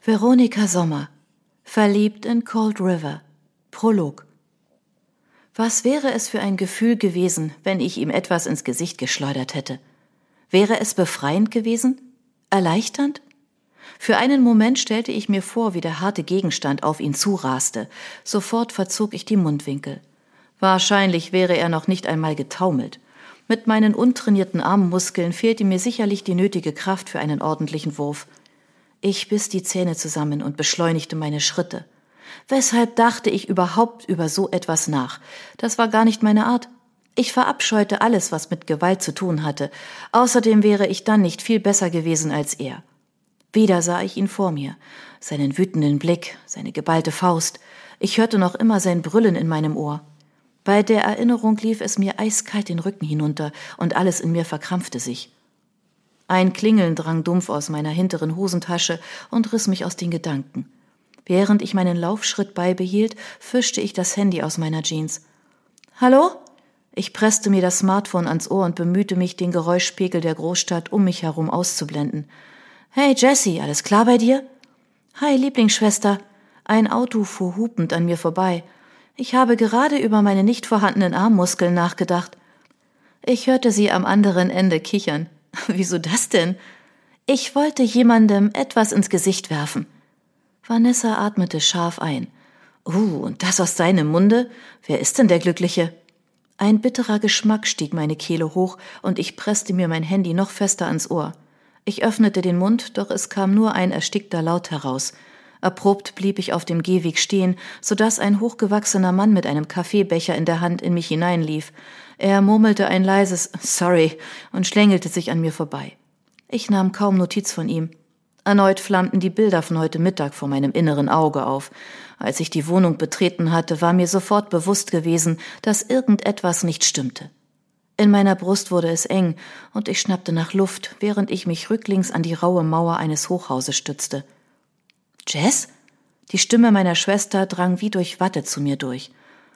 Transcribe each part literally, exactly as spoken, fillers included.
Veronika Sommer, verliebt in Cold River, Prolog. Was wäre es für ein Gefühl gewesen, wenn ich ihm etwas ins Gesicht geschleudert hätte? Wäre es befreiend gewesen? Erleichternd? Für einen Moment stellte ich mir vor, wie der harte Gegenstand auf ihn zuraste. Sofort verzog ich die Mundwinkel. Wahrscheinlich wäre er noch nicht einmal getaumelt. Mit meinen untrainierten Armmuskeln fehlte mir sicherlich die nötige Kraft für einen ordentlichen Wurf. Ich biss die Zähne zusammen und beschleunigte meine Schritte. Weshalb dachte ich überhaupt über so etwas nach? Das war gar nicht meine Art. Ich verabscheute alles, was mit Gewalt zu tun hatte. Außerdem wäre ich dann nicht viel besser gewesen als er. Wieder sah ich ihn vor mir, seinen wütenden Blick, seine geballte Faust. Ich hörte noch immer sein Brüllen in meinem Ohr. Bei der Erinnerung lief es mir eiskalt den Rücken hinunter und alles in mir verkrampfte sich. Ein Klingeln drang dumpf aus meiner hinteren Hosentasche und riss mich aus den Gedanken. Während ich meinen Laufschritt beibehielt, fischte ich das Handy aus meiner Jeans. »Hallo?« Ich presste mir das Smartphone ans Ohr und bemühte mich, den Geräuschpegel der Großstadt um mich herum auszublenden. »Hey Jessie, alles klar bei dir?« »Hi, Lieblingsschwester.« Ein Auto fuhr hupend an mir vorbei. Ich habe gerade über meine nicht vorhandenen Armmuskeln nachgedacht. Ich hörte sie am anderen Ende kichern. »Wieso das denn?« »Ich wollte jemandem etwas ins Gesicht werfen.« Vanessa atmete scharf ein. »Uh, und das aus seinem Munde? Wer ist denn der Glückliche?« Ein bitterer Geschmack stieg meine Kehle hoch und ich presste mir mein Handy noch fester ans Ohr. Ich öffnete den Mund, doch es kam nur ein erstickter Laut heraus. Abrupt blieb ich auf dem Gehweg stehen, sodass ein hochgewachsener Mann mit einem Kaffeebecher in der Hand in mich hineinlief. Er murmelte ein leises »Sorry« und schlängelte sich an mir vorbei. Ich nahm kaum Notiz von ihm. Erneut flammten die Bilder von heute Mittag vor meinem inneren Auge auf. Als ich die Wohnung betreten hatte, war mir sofort bewusst gewesen, dass irgendetwas nicht stimmte. In meiner Brust wurde es eng und ich schnappte nach Luft, während ich mich rücklings an die raue Mauer eines Hochhauses stützte. »Jess?« Die Stimme meiner Schwester drang wie durch Watte zu mir durch.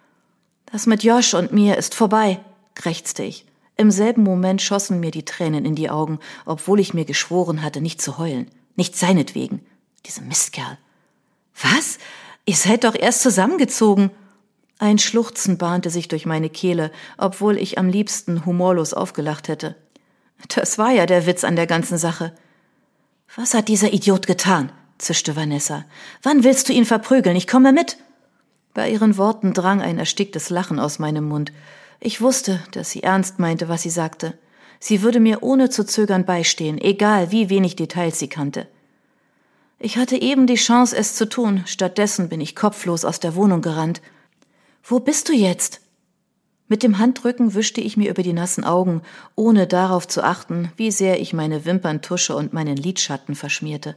»Das mit Josh und mir ist vorbei«, krächzte ich. Im selben Moment schossen mir die Tränen in die Augen, obwohl ich mir geschworen hatte, nicht zu heulen. Nicht seinetwegen. Diese Mistkerl. »Was? Ihr seid doch erst zusammengezogen!« Ein Schluchzen bahnte sich durch meine Kehle, obwohl ich am liebsten humorlos aufgelacht hätte. Das war ja der Witz an der ganzen Sache. »Was hat dieser Idiot getan?«, zischte Vanessa. »Wann willst du ihn verprügeln? Ich komme mit!« Bei ihren Worten drang ein ersticktes Lachen aus meinem Mund. Ich wusste, dass sie ernst meinte, was sie sagte. Sie würde mir ohne zu zögern beistehen, egal wie wenig Details sie kannte. Ich hatte eben die Chance, es zu tun. Stattdessen bin ich kopflos aus der Wohnung gerannt. »Wo bist du jetzt?« Mit dem Handrücken wischte ich mir über die nassen Augen, ohne darauf zu achten, wie sehr ich meine Wimperntusche und meinen Lidschatten verschmierte.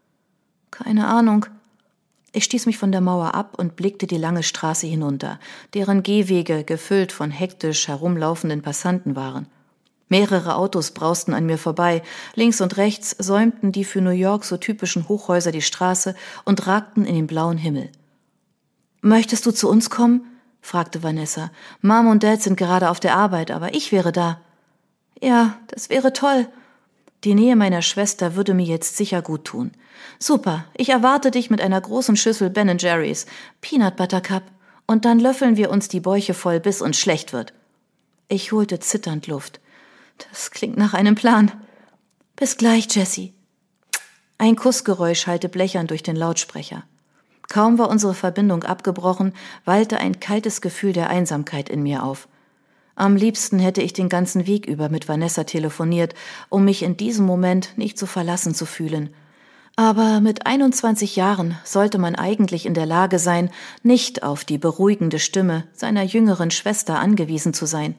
»Keine Ahnung.« Ich stieß mich von der Mauer ab und blickte die lange Straße hinunter, deren Gehwege gefüllt von hektisch herumlaufenden Passanten waren. Mehrere Autos brausten an mir vorbei, links und rechts säumten die für New York so typischen Hochhäuser die Straße und ragten in den blauen Himmel. »Möchtest du zu uns kommen?« fragte Vanessa. »Mom und Dad sind gerade auf der Arbeit, aber ich wäre da.« »Ja, das wäre toll. Die Nähe meiner Schwester würde mir jetzt sicher gut tun. Super, ich erwarte dich mit einer großen Schüssel Ben and Jerry's, Peanut Butter Cup, und dann löffeln wir uns die Bäuche voll, bis uns schlecht wird.« Ich holte zitternd Luft. »Das klingt nach einem Plan.« »Bis gleich, Jessie.« Ein Kussgeräusch hallte blechern durch den Lautsprecher. Kaum war unsere Verbindung abgebrochen, wallte ein kaltes Gefühl der Einsamkeit in mir auf. Am liebsten hätte ich den ganzen Weg über mit Vanessa telefoniert, um mich in diesem Moment nicht so verlassen zu fühlen. Aber mit einundzwanzig Jahren sollte man eigentlich in der Lage sein, nicht auf die beruhigende Stimme seiner jüngeren Schwester angewiesen zu sein.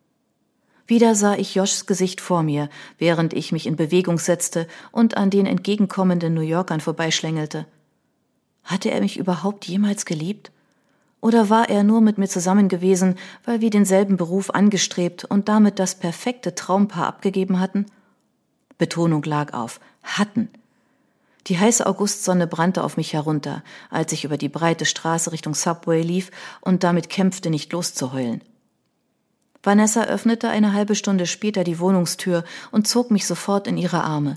Wieder sah ich Joshs Gesicht vor mir, während ich mich in Bewegung setzte und an den entgegenkommenden New Yorkern vorbeischlängelte. Hatte er mich überhaupt jemals geliebt? Oder war er nur mit mir zusammen gewesen, weil wir denselben Beruf angestrebt und damit das perfekte Traumpaar abgegeben hatten? Betonung lag auf »hatten«. Die heiße Augustsonne brannte auf mich herunter, als ich über die breite Straße Richtung Subway lief und damit kämpfte, nicht loszuheulen. Vanessa öffnete eine halbe Stunde später die Wohnungstür und zog mich sofort in ihre Arme.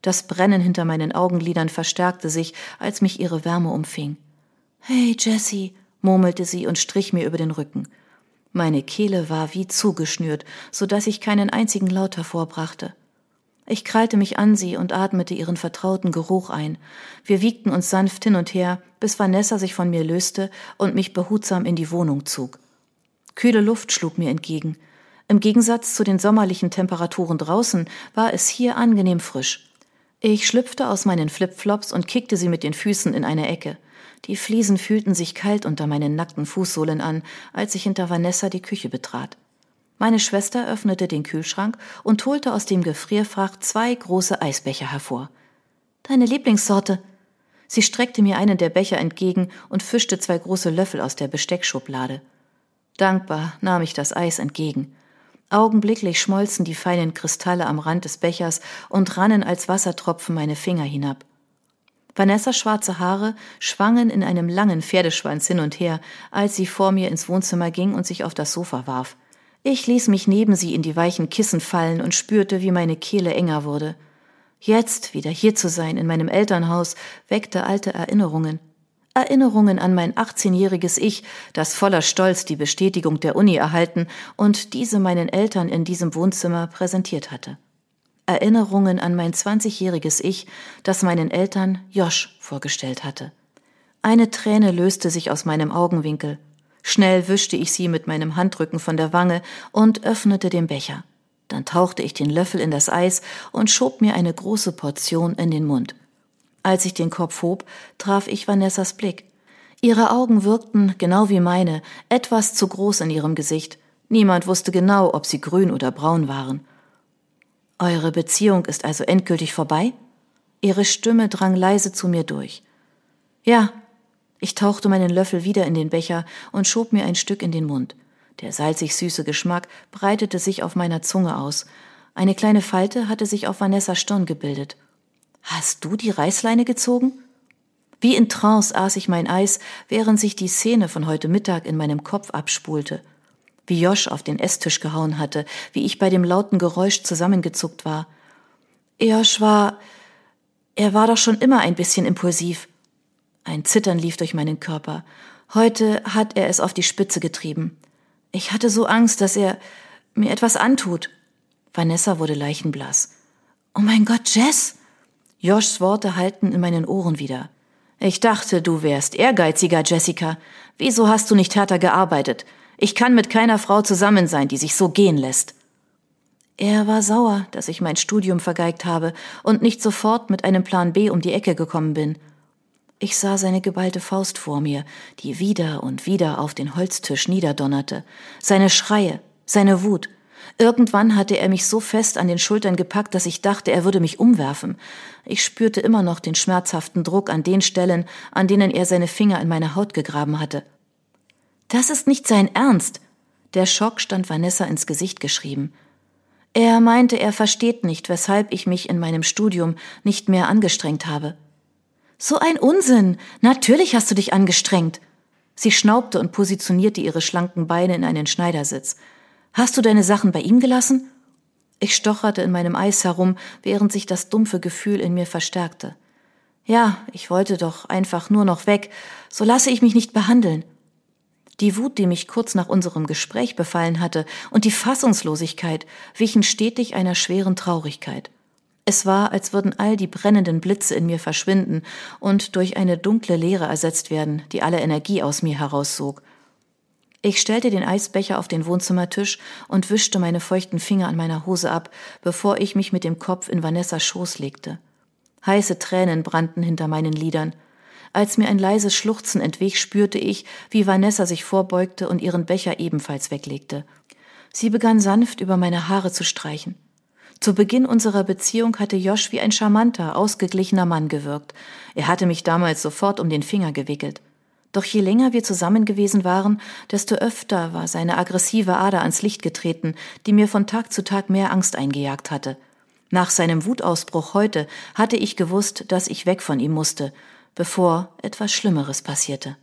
Das Brennen hinter meinen Augenlidern verstärkte sich, als mich ihre Wärme umfing. »Hey, Jessie«, murmelte sie und strich mir über den Rücken. Meine Kehle war wie zugeschnürt, so dass ich keinen einzigen Laut hervorbrachte. Ich krallte mich an sie und atmete ihren vertrauten Geruch ein. Wir wiegten uns sanft hin und her, bis Vanessa sich von mir löste und mich behutsam in die Wohnung zog. Kühle Luft schlug mir entgegen. Im Gegensatz zu den sommerlichen Temperaturen draußen war es hier angenehm frisch. Ich schlüpfte aus meinen Flipflops und kickte sie mit den Füßen in eine Ecke. Die Fliesen fühlten sich kalt unter meinen nackten Fußsohlen an, als ich hinter Vanessa die Küche betrat. Meine Schwester öffnete den Kühlschrank und holte aus dem Gefrierfach zwei große Eisbecher hervor. »Deine Lieblingssorte?« Sie streckte mir einen der Becher entgegen und fischte zwei große Löffel aus der Besteckschublade. Dankbar nahm ich das Eis entgegen. Augenblicklich schmolzen die feinen Kristalle am Rand des Bechers und rannen als Wassertropfen meine Finger hinab. Vanessas schwarze Haare schwangen in einem langen Pferdeschwanz hin und her, als sie vor mir ins Wohnzimmer ging und sich auf das Sofa warf. Ich ließ mich neben sie in die weichen Kissen fallen und spürte, wie meine Kehle enger wurde. Jetzt wieder hier zu sein in meinem Elternhaus weckte alte Erinnerungen. Erinnerungen an mein achtzehnjähriges Ich, das voller Stolz die Bestätigung der Uni erhalten und diese meinen Eltern in diesem Wohnzimmer präsentiert hatte. Erinnerungen an mein zwanzigjähriges Ich, das meinen Eltern Josh vorgestellt hatte. Eine Träne löste sich aus meinem Augenwinkel. Schnell wischte ich sie mit meinem Handrücken von der Wange und öffnete den Becher. Dann tauchte ich den Löffel in das Eis und schob mir eine große Portion in den Mund. Als ich den Kopf hob, traf ich Vanessas Blick. Ihre Augen wirkten, genau wie meine, etwas zu groß in ihrem Gesicht. Niemand wusste genau, ob sie grün oder braun waren. »Eure Beziehung ist also endgültig vorbei?« Ihre Stimme drang leise zu mir durch. »Ja.« Ich tauchte meinen Löffel wieder in den Becher und schob mir ein Stück in den Mund. Der salzig-süße Geschmack breitete sich auf meiner Zunge aus. Eine kleine Falte hatte sich auf Vanessas Stirn gebildet. »Hast du die Reißleine gezogen?« Wie in Trance aß ich mein Eis, während sich die Szene von heute Mittag in meinem Kopf abspulte. Wie Josh auf den Esstisch gehauen hatte, wie ich bei dem lauten Geräusch zusammengezuckt war. Josh war... Er war doch schon immer ein bisschen impulsiv. Ein Zittern lief durch meinen Körper. Heute hat er es auf die Spitze getrieben. Ich hatte so Angst, dass er mir etwas antut. Vanessa wurde leichenblass. »Oh mein Gott, Jess!« Joshs Worte hallten in meinen Ohren wieder. »Ich dachte, du wärst ehrgeiziger, Jessica. Wieso hast du nicht härter gearbeitet? Ich kann mit keiner Frau zusammen sein, die sich so gehen lässt.« Er war sauer, dass ich mein Studium vergeigt habe und nicht sofort mit einem Plan B um die Ecke gekommen bin. Ich sah seine geballte Faust vor mir, die wieder und wieder auf den Holztisch niederdonnerte. Seine Schreie, seine Wut. Irgendwann hatte er mich so fest an den Schultern gepackt, dass ich dachte, er würde mich umwerfen. Ich spürte immer noch den schmerzhaften Druck an den Stellen, an denen er seine Finger in meine Haut gegraben hatte. »Das ist nicht sein Ernst!« Der Schock stand Vanessa ins Gesicht geschrieben. Er meinte, er versteht nicht, weshalb ich mich in meinem Studium nicht mehr angestrengt habe. »So ein Unsinn! Natürlich hast du dich angestrengt!« Sie schnaubte und positionierte ihre schlanken Beine in einen Schneidersitz. »Hast du deine Sachen bei ihm gelassen?« Ich stocherte in meinem Eis herum, während sich das dumpfe Gefühl in mir verstärkte. »Ja, ich wollte doch einfach nur noch weg. So lasse ich mich nicht behandeln.« Die Wut, die mich kurz nach unserem Gespräch befallen hatte, und die Fassungslosigkeit wichen stetig einer schweren Traurigkeit. Es war, als würden all die brennenden Blitze in mir verschwinden und durch eine dunkle Leere ersetzt werden, die alle Energie aus mir heraussog. Ich stellte den Eisbecher auf den Wohnzimmertisch und wischte meine feuchten Finger an meiner Hose ab, bevor ich mich mit dem Kopf in Vanessas Schoß legte. Heiße Tränen brannten hinter meinen Lidern. Als mir ein leises Schluchzen entwich, spürte ich, wie Vanessa sich vorbeugte und ihren Becher ebenfalls weglegte. Sie begann sanft über meine Haare zu streichen. Zu Beginn unserer Beziehung hatte Josh wie ein charmanter, ausgeglichener Mann gewirkt. Er hatte mich damals sofort um den Finger gewickelt. Doch je länger wir zusammen gewesen waren, desto öfter war seine aggressive Ader ans Licht getreten, die mir von Tag zu Tag mehr Angst eingejagt hatte. Nach seinem Wutausbruch heute hatte ich gewusst, dass ich weg von ihm musste, bevor etwas Schlimmeres passierte.